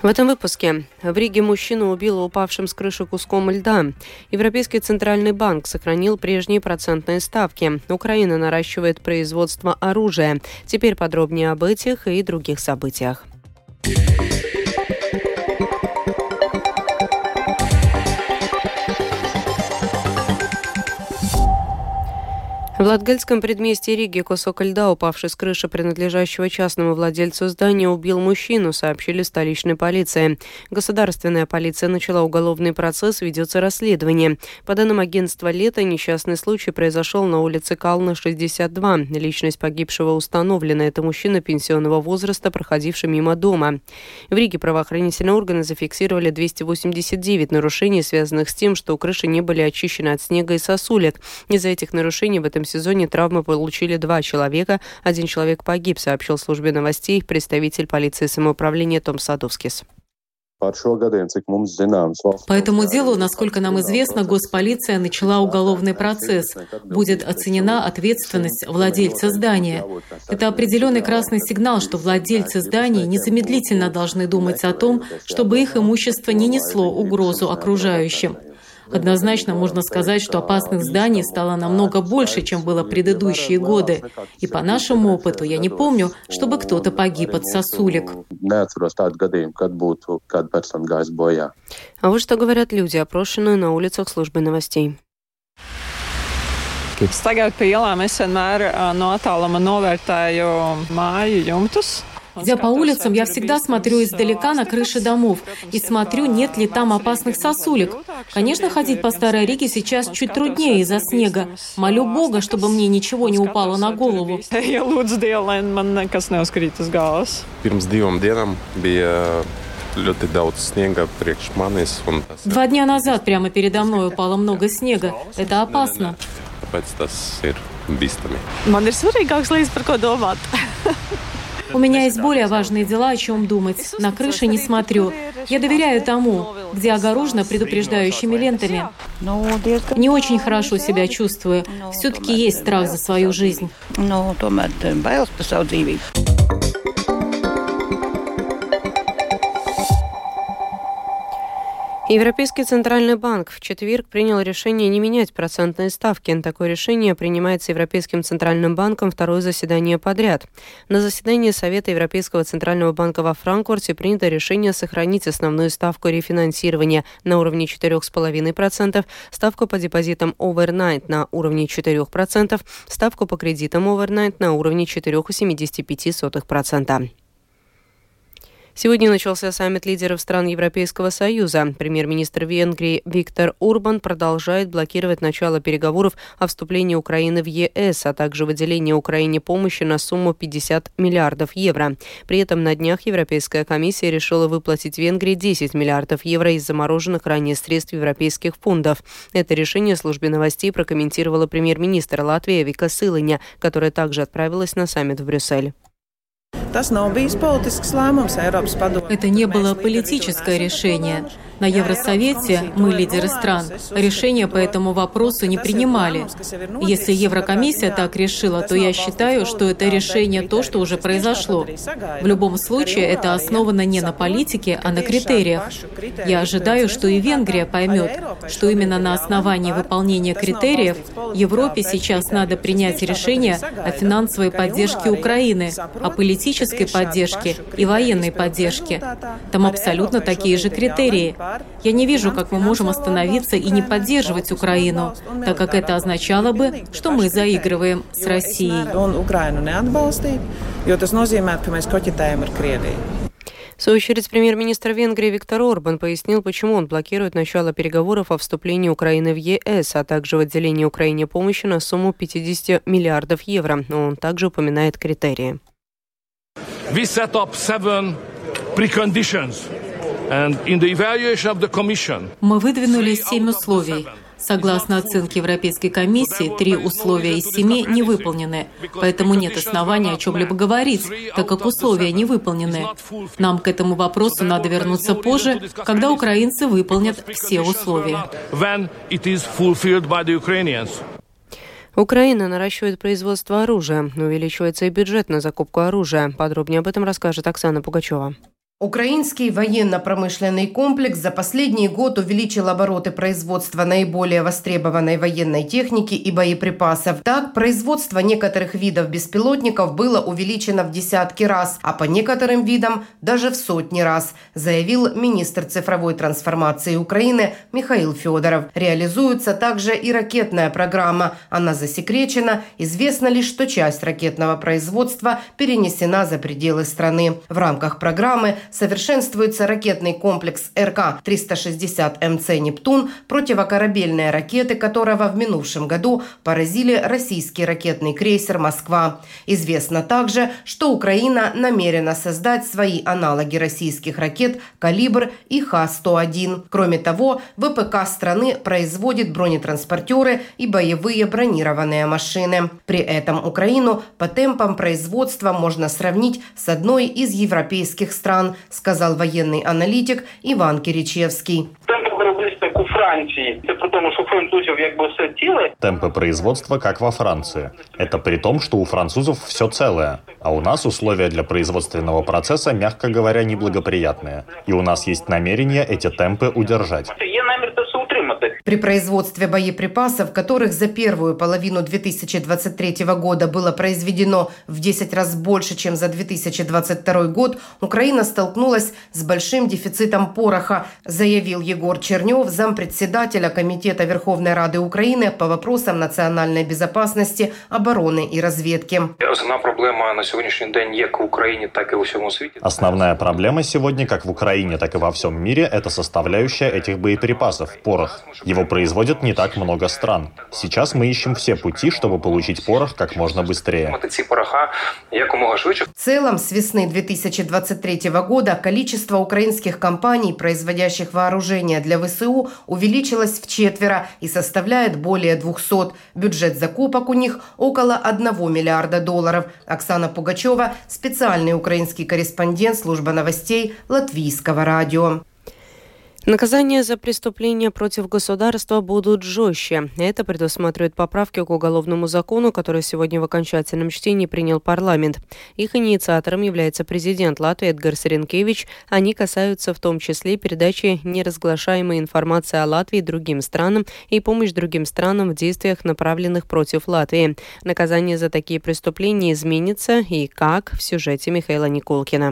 В этом выпуске. В Риге мужчину убило упавшим с крыши куском льда. Европейский центральный банк сохранил прежние процентные ставки. Украина наращивает производство оружия. Теперь подробнее об этих и других событиях. В Латгальском предместье Риги кусок льда, упавший с крыши принадлежащего частному владельцу здания, убил мужчину, сообщили столичной полиции. Государственная полиция начала уголовный процесс, ведется расследование. По данным агентства «Лето», несчастный случай произошел на улице Кална, 62. Личность погибшего установлена. Это мужчина пенсионного возраста, проходивший мимо дома. В Риге правоохранительные органы зафиксировали 289 нарушений, связанных с тем, что крыши не были очищены от снега и сосулек. Из-за этих нарушений в этом сезоне травмы получили 2 человека. 1 человек погиб, сообщил службе новостей представитель полиции самоуправления Том Садовскис. По этому делу, насколько нам известно, госполиция начала уголовный процесс. Будет оценена ответственность владельца здания. Это определенный красный сигнал, что владельцы зданий незамедлительно должны думать о том, чтобы их имущество не несло угрозу окружающим. Однозначно можно сказать, что опасных зданий стало намного больше, чем было в предыдущие годы. И по нашему опыту я не помню, чтобы кто-то погиб от сосулек. А вот что говорят люди, опрошенные на улицах службы новостей. Идя по улицам, я всегда смотрю издалека на крыши домов и смотрю, нет ли там опасных сосулек. Конечно, ходить по Старой Риге сейчас чуть труднее из-за снега. Молю Бога, чтобы мне ничего не упало на голову. 2 дня назад прямо передо мной упало много снега. Это опасно. У меня есть более важные дела, о чем думать. На крыше не смотрю. Я доверяю тому, где огорожено предупреждающими лентами. Не очень хорошо себя чувствую. Все-таки есть страх за свою жизнь. Европейский центральный банк в четверг принял решение не менять процентные ставки. Такое решение принимается Европейским центральным банком второе заседание подряд. На заседании Совета Европейского центрального банка во Франкфурте принято решение сохранить основную ставку рефинансирования на уровне 4,5%, ставку по депозитам overnight на уровне 4%, ставку по кредитам overnight на уровне 4,75%. Сегодня начался саммит лидеров стран Европейского Союза. Премьер-министр Венгрии Виктор Орбан продолжает блокировать начало переговоров о вступлении Украины в ЕС, а также выделении Украине помощи на сумму 50 миллиардов евро. При этом на днях Европейская комиссия решила выплатить Венгрии 10 миллиардов евро из замороженных ранее средств европейских фондов. Это решение службе новостей прокомментировала премьер-министр Латвии Вика Силиņa, которая также отправилась на саммит в Брюссель. Это не было политическое решение. На Евросовете мы, лидеры стран, решения по этому вопросу не принимали. Если Еврокомиссия так решила, то я считаю, что это решение то, что уже произошло. В любом случае, это основано не на политике, а на критериях. Я ожидаю, что и Венгрия поймет, что именно на основании выполнения критериев Европе сейчас надо принять решение о финансовой поддержке Украины, о политической поддержке и военной поддержке. Там абсолютно такие же критерии. Я не вижу, как мы можем остановиться и не поддерживать Украину, так как это означало бы, что мы заигрываем с Россией. В свою очередь, премьер-министр Венгрии Виктор Орбан пояснил, почему он блокирует начало переговоров о вступлении Украины в ЕС, а также выделении Украине помощи на сумму 50 миллиардов евро. Он также упоминает критерии. We set up 7 preconditions. Мы выдвинули 7 условий. Согласно оценке Европейской комиссии, 3 условия из 7 не выполнены, поэтому нет основания о чем-либо говорить, так как условия не выполнены. Нам к этому вопросу надо вернуться позже, когда украинцы выполнят все условия. Украина наращивает производство оружия. Увеличивается и бюджет на закупку оружия. Подробнее об этом расскажет Оксана Пугачева. Украинский военно-промышленный комплекс за последний год увеличил обороты производства наиболее востребованной военной техники и боеприпасов. Так, производство некоторых видов беспилотников было увеличено в десятки раз, а по некоторым видам даже в сотни раз, заявил министр цифровой трансформации Украины Михаил Федоров. Реализуется также и ракетная программа. Она засекречена. Известно лишь, что часть ракетного производства перенесена за пределы страны. В рамках программы совершенствуется ракетный комплекс РК-360МЦ «Нептун», противокорабельные ракеты которого в минувшем году поразили российский ракетный крейсер «Москва». Известно также, что Украина намерена создать свои аналоги российских ракет «Калибр» и Х-101. Кроме того, ВПК страны производит бронетранспортеры и боевые бронированные машины. При этом Украину по темпам производства можно сравнить с одной из европейских стран, сказал военный аналитик Иван Киричевский. Темпы производства как во Франции. Это при том, что у французов все целое, а у нас условия для производственного процесса, мягко говоря, неблагоприятные. И у нас есть намерение эти темпы удержать. При производстве боеприпасов, которых за первую половину 2023 года было произведено в 10 раз больше, чем за 2022 год, Украина столкнулась с большим дефицитом пороха, заявил Егор Чернев, зампредседателя Комитета Верховной Рады Украины по вопросам национальной безопасности, обороны и разведки. Основная проблема на сегодняшний день как в Украине, так и во всем свете. Основная проблема сегодня как в Украине, так и во всем мире – это составляющая этих боеприпасов – порох. Его производят не так много стран. Сейчас мы ищем все пути, чтобы получить порох как можно быстрее. В целом, с весны 2023 года количество украинских компаний, производящих вооружение для ВСУ, увеличилось вчетверо и составляет более 200. Бюджет закупок у них около $1 миллиарда. Оксана Пугачева, специальный украинский корреспондент службы новостей Латвийского радио. Наказания за преступления против государства будут жестче. Это предусматривает поправки к Уголовному закону, который сегодня в окончательном чтении принял парламент. Их инициатором является президент Латвии Эдгарс Ринкевич. Они касаются в том числе передачи неразглашаемой информации о Латвии другим странам и помощь другим странам в действиях, направленных против Латвии. Наказание за такие преступления изменится и как в сюжете Михаила Никулкина.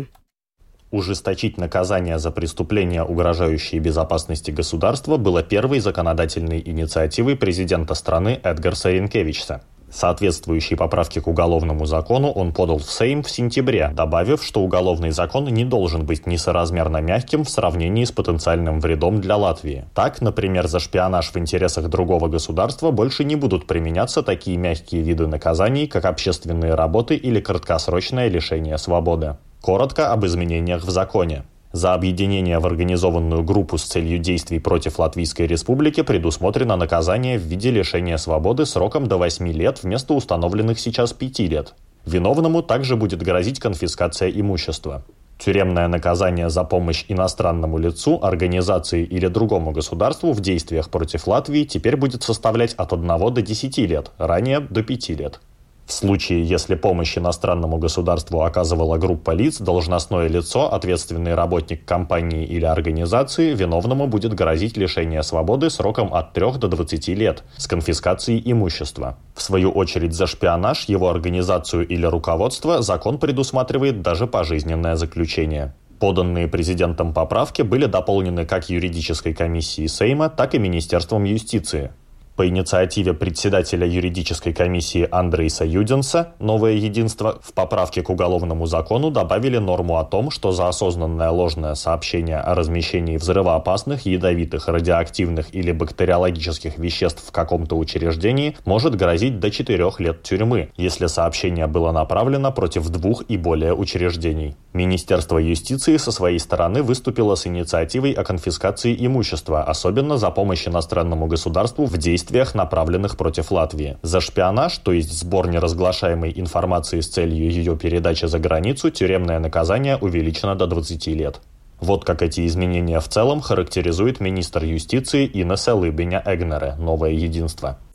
Ужесточить наказания за преступления, угрожающие безопасности государства, было первой законодательной инициативой президента страны Эдгарса Ринкевича. Соответствующие поправки к Уголовному закону он подал в Сейм в сентябре, добавив, что уголовный закон не должен быть несоразмерно мягким в сравнении с потенциальным вредом для Латвии. Так, например, за шпионаж в интересах другого государства больше не будут применяться такие мягкие виды наказаний, как общественные работы или краткосрочное лишение свободы. Коротко об изменениях в законе. За объединение в организованную группу с целью действий против Латвийской Республики предусмотрено наказание в виде лишения свободы сроком до 8 лет вместо установленных сейчас 5 лет. Виновному также будет грозить конфискация имущества. Тюремное наказание за помощь иностранному лицу, организации или другому государству в действиях против Латвии теперь будет составлять от 1 до 10 лет, ранее до 5 лет. В случае, если помощь иностранному государству оказывала группа лиц, должностное лицо, ответственный работник компании или организации, виновному будет грозить лишение свободы сроком от 3 до 20 лет с конфискацией имущества. В свою очередь, за шпионаж, его организацию или руководство закон предусматривает даже пожизненное заключение. Поданные президентом поправки были дополнены как юридической комиссией Сейма, так и Министерством юстиции. По инициативе председателя юридической комиссии Андрейса Юденса «Новое единство» в поправке к Уголовному закону добавили норму о том, что за осознанное ложное сообщение о размещении взрывоопасных, ядовитых, радиоактивных или бактериологических веществ в каком-то учреждении может грозить до 4 лет тюрьмы, если сообщение было направлено против 2 и более учреждений. Министерство юстиции со своей стороны выступило с инициативой о конфискации имущества, особенно за помощь иностранному государству в действиях, направленных против Латвии. За шпионаж, то есть сбор неразглашаемой информации с целью ее передачи за границу, тюремное наказание увеличено до 20 лет. Вот как эти изменения в целом характеризует министр юстиции Инесса Лыбиня Эгнере, «Новое единство».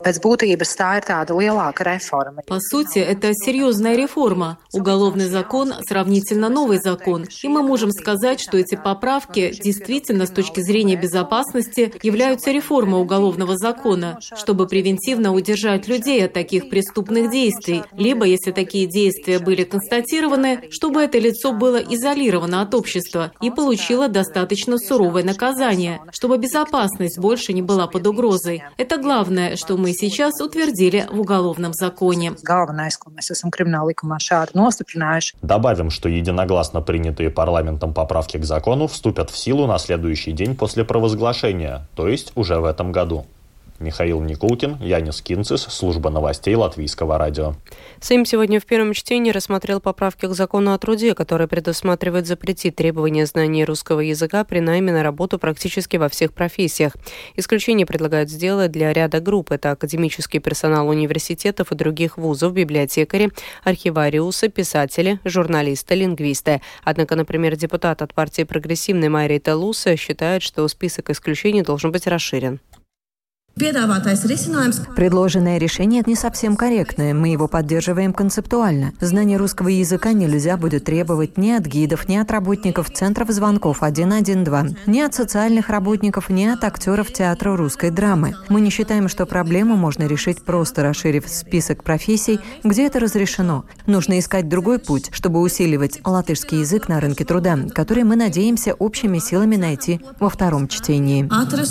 По сути, это серьезная реформа. Уголовный закон – сравнительно новый закон. И мы можем сказать, что эти поправки действительно с точки зрения безопасности являются реформой уголовного закона, чтобы превентивно удержать людей от таких преступных действий, либо, если такие действия были констатированы, чтобы это лицо было изолировано от общества и получило достаточно суровое наказание, чтобы безопасность больше не была под угрозой. Это главное, что мы сейчас утвердили в уголовном законе. Добавим, что единогласно принятые парламентом поправки к закону вступят в силу на следующий день после провозглашения, то есть уже в этом году. Михаил Никулкин, Янис Кинцис, служба новостей Латвийского радио. Сейм сегодня в первом чтении рассмотрел поправки к закону о труде, который предусматривает запретить требования знания русского языка при найме на работу практически во всех профессиях. Исключение предлагают сделать для ряда групп. Это академический персонал университетов и других вузов, библиотекари, архивариусы, писатели, журналисты, лингвисты. Однако, например, депутат от партии «Прогрессивной» Майрита Луса считает, что список исключений должен быть расширен. Предложенное решение не совсем корректное. Мы его поддерживаем концептуально. Знание русского языка нельзя будет требовать ни от гидов, ни от работников центров звонков 112, ни от социальных работников, ни от актеров театра русской драмы. Мы не считаем, что проблему можно решить, просто расширив список профессий, где это разрешено. Нужно искать другой путь, чтобы усиливать латышский язык на рынке труда, который мы надеемся общими силами найти во втором чтении.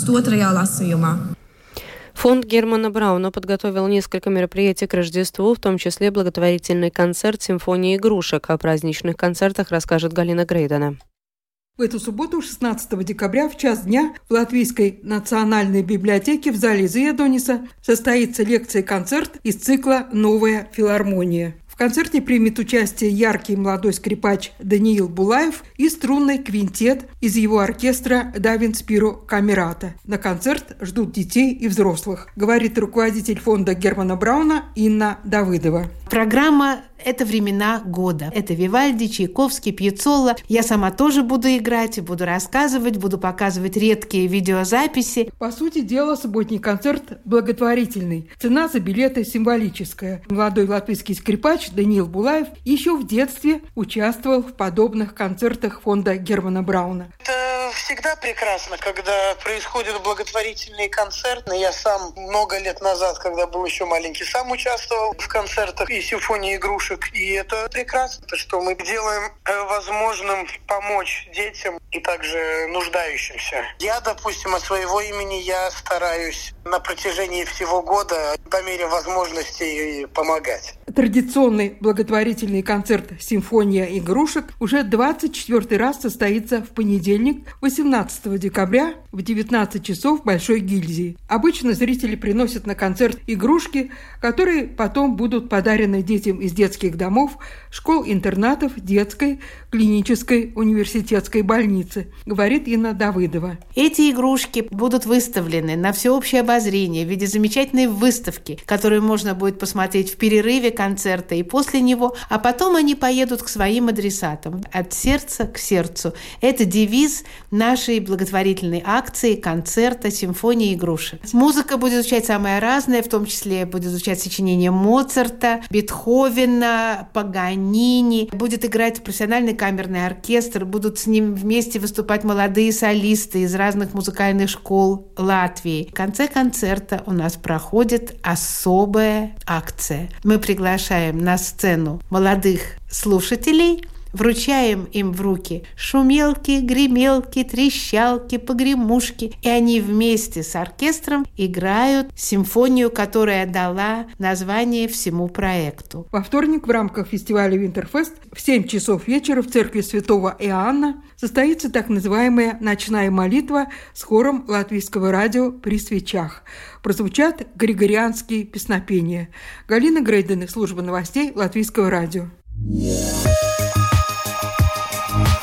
Фонд Германа Брауна подготовил несколько мероприятий к Рождеству, в том числе благотворительный концерт «Симфония игрушек». О праздничных концертах расскажет Галина Грейдена. В эту субботу, 16 декабря, в час дня в Латвийской национальной библиотеке в зале Зиедониса состоится лекция-концерт из цикла «Новая филармония». В концерте примет участие яркий молодой скрипач Даниил Булаев и струнный квинтет из его оркестра «Давин Спиро Камерата». На концерт ждут детей и взрослых, говорит руководитель фонда Германа Брауна Инна Давыдова. Программа «Это времена года». Это Вивальди, Чайковский, Пьяццола. Я сама тоже буду играть, буду рассказывать, буду показывать редкие видеозаписи. По сути дела, субботний концерт благотворительный. Цена за билеты символическая. Молодой латвийский скрипач Даниил Булаев еще в детстве участвовал в подобных концертах фонда Германа Брауна. Это всегда прекрасно, когда происходят благотворительные концерты. Я сам много лет назад, когда был еще маленький, сам участвовал в концертах и симфонии игрушек. И это прекрасно, что мы делаем возможным помочь детям и также нуждающимся. Я, допустим, от своего имени я стараюсь на протяжении всего года по мере возможностей помогать. Традиционный благотворительный концерт «Симфония игрушек» уже 24-й раз состоится в понедельник, 18 декабря в 19 часов в Большой гильдии. Обычно зрители приносят на концерт игрушки, которые потом будут подарены детям из детских домов, школ-интернатов, детской, клинической, университетской больницы, говорит Инна Давыдова. Эти игрушки будут выставлены на всеобщее обозрение в виде замечательной выставки, которую можно будет посмотреть в перерыве концерта и после него, а потом они поедут к своим адресатам от сердца к сердцу. Это девиз нашей благотворительной акции, концерта «Симфония игрушек». Музыка будет звучать самая разная, в том числе будет звучать сочинение Моцарта, Бетховена, Паганини. Будет играть профессиональный камерный оркестр, будут с ним вместе выступать молодые солисты из разных музыкальных школ Латвии. В конце концерта у нас проходит особая акция. Мы приглашаем на сцену молодых слушателей, вручаем им в руки шумелки, гремелки, трещалки, погремушки, и они вместе с оркестром играют симфонию, которая дала название всему проекту. Во вторник в рамках фестиваля «Винтерфест» в 7 часов вечера в церкви святого Иоанна состоится так называемая «Ночная молитва» с хором Латвийского радио «При свечах». Прозвучат григорианские песнопения. Галина Грейдена, служба новостей Латвийского радио.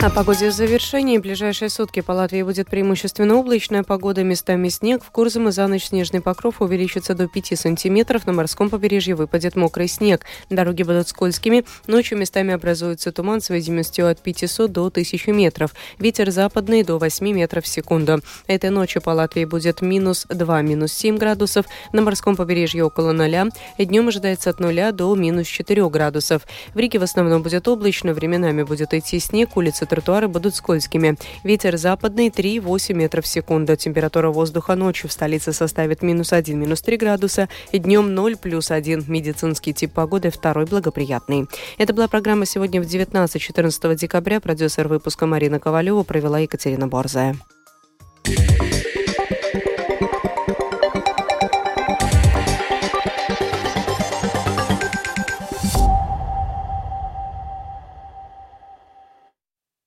О погоде в завершении. В ближайшие сутки по Латвии будет преимущественно облачная погода, местами снег. В Курзам и за ночь снежный покров увеличится до 5 сантиметров. На морском побережье выпадет мокрый снег. Дороги будут скользкими. Ночью местами образуется туман с видимостью от 500 до 1000 метров. Ветер западный до 8 метров в секунду. Этой ночью по Латвии будет -2, -7 градусов. На морском побережье около 0. Днем ожидается от 0 до -4 градусов. В Риге в основном будет облачно. Временами будет идти снег. Улицы, тротуары будут скользкими. Ветер западный 3-8 метров в секунду. Температура воздуха ночью в столице составит -1, -3 градуса. И днем 0, +1. Медицинский тип погоды второй благоприятный. Это была программа «Сегодня в 19-14 декабря». Продюсер выпуска Марина Ковалева, провела Екатерина Борзая.